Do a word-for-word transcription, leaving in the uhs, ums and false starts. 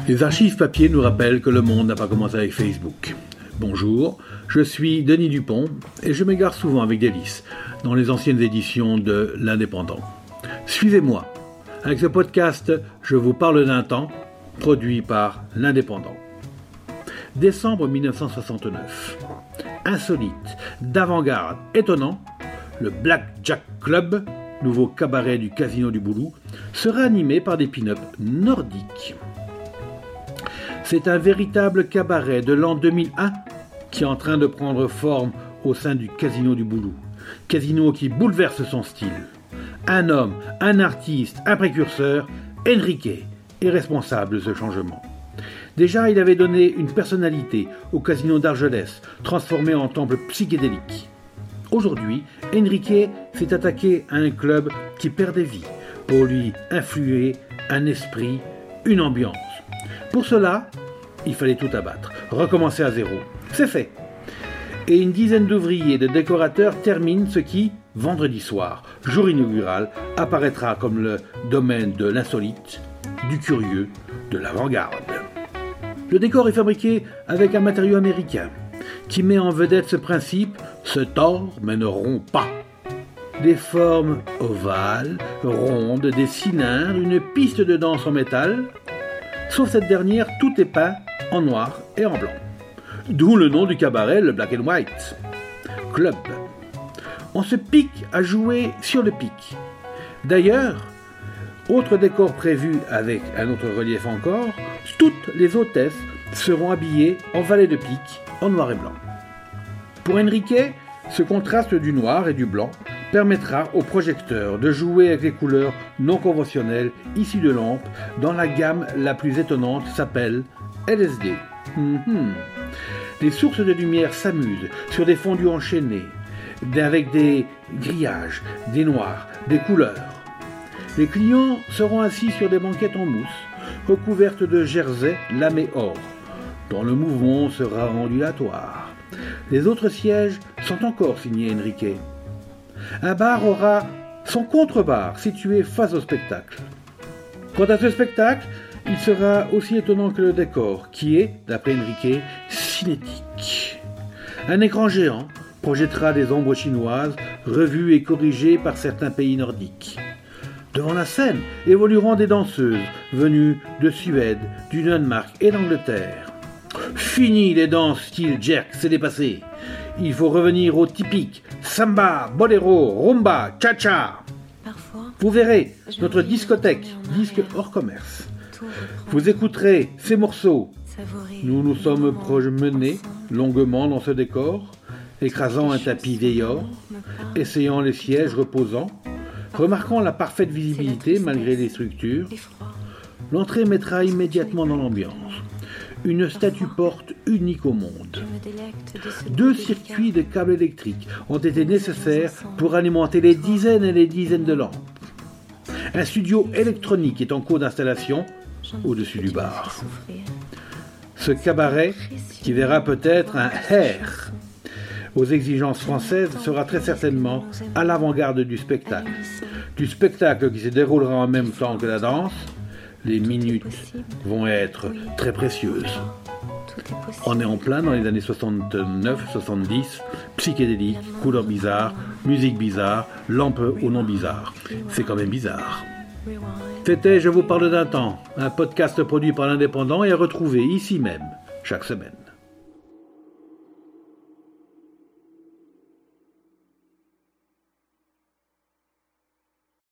Les archives papier nous rappellent que le monde n'a pas commencé avec Facebook. Bonjour, je suis Denis Dupont et je m'égare souvent avec délice dans les anciennes éditions de L'Indépendant. Suivez-moi. Avec ce podcast, je vous parle d'un temps, produit par L'Indépendant. Décembre mille neuf cent soixante-neuf. Insolite, d'avant-garde, étonnant, le Blackjack Club, nouveau cabaret du Casino du Boulou, sera animé par des pin-up nordiques. C'est un véritable cabaret de l'an deux mille un qui est en train de prendre forme au sein du Casino du Boulou. Casino qui bouleverse son style. Un homme, un artiste, un précurseur, Enrique, est responsable de ce changement. Déjà, il avait donné une personnalité au Casino d'Argelès, transformé en temple psychédélique. Aujourd'hui, Enrique s'est attaqué à un club qui perd des vies pour lui influer un esprit, une ambiance. Pour cela, il fallait tout abattre, recommencer à zéro. C'est fait. Et une dizaine d'ouvriers et de décorateurs terminent ce qui, vendredi soir, jour inaugural, apparaîtra comme le domaine de l'insolite, du curieux, de l'avant-garde. Le décor est fabriqué avec un matériau américain qui met en vedette ce principe « se tord mais ne rompt pas ». Des formes ovales, rondes, des cylindres, une piste de danse en métal. Sauf cette dernière, tout est peint en noir et en blanc. D'où le nom du cabaret, le Black and White Club. On se pique à jouer sur le pic. D'ailleurs, autre décor prévu avec un autre relief encore, toutes les hôtesses seront habillées en valet de pique en noir et blanc. Pour Enrique, ce contraste du noir et du blanc permettra aux projecteurs de jouer avec les couleurs non conventionnelles issues de lampes dont la gamme la plus étonnante s'appelle L S D. Mm-hmm. Les sources de lumière s'amusent sur des fondus enchaînés, avec des grillages, des noirs, des couleurs. Les clients seront assis sur des banquettes en mousse, recouvertes de jerseys lamés or, dont le mouvement sera ondulatoire. Les autres sièges sont encore signés Enrique. Un bar aura son contre-bar situé face au spectacle. Quant à ce spectacle, il sera aussi étonnant que le décor, qui est, d'après Enrique, cinétique. Un écran géant projettera des ombres chinoises revues et corrigées par certains pays nordiques. Devant la scène évolueront des danseuses venues de Suède, du Danemark et d'Angleterre. Fini les danses style jerk, c'est dépassé. Il faut revenir au typique samba, boléro, rumba, cha-cha. Vous verrez notre discothèque, disque hors commerce. Vous écouterez ces morceaux. Nous nous sommes promenés longuement dans ce décor, écrasant un tapis vieillard, essayant les sièges reposants, remarquant la parfaite visibilité malgré les structures. L'entrée mettra immédiatement dans l'ambiance. Une statue porte unique au monde. Deux circuits de câbles électriques ont été nécessaires pour alimenter les dizaines et les dizaines de lampes. Un studio électronique est en cours d'installation au-dessus du bar. Ce cabaret, qui verra peut-être un R aux exigences françaises, sera très certainement à l'avant-garde du spectacle. Du spectacle qui se déroulera en même temps que la danse. Les minutes vont être très précieuses. On est en plein dans les années soixante-neuf soixante-dix, psychédélique, couleurs bizarres, musique bizarre, lampe au nom bizarre. C'est quand même bizarre. C'était Je vous parle d'un temps, un podcast produit par l'Indépendant et à retrouver ici même, chaque semaine.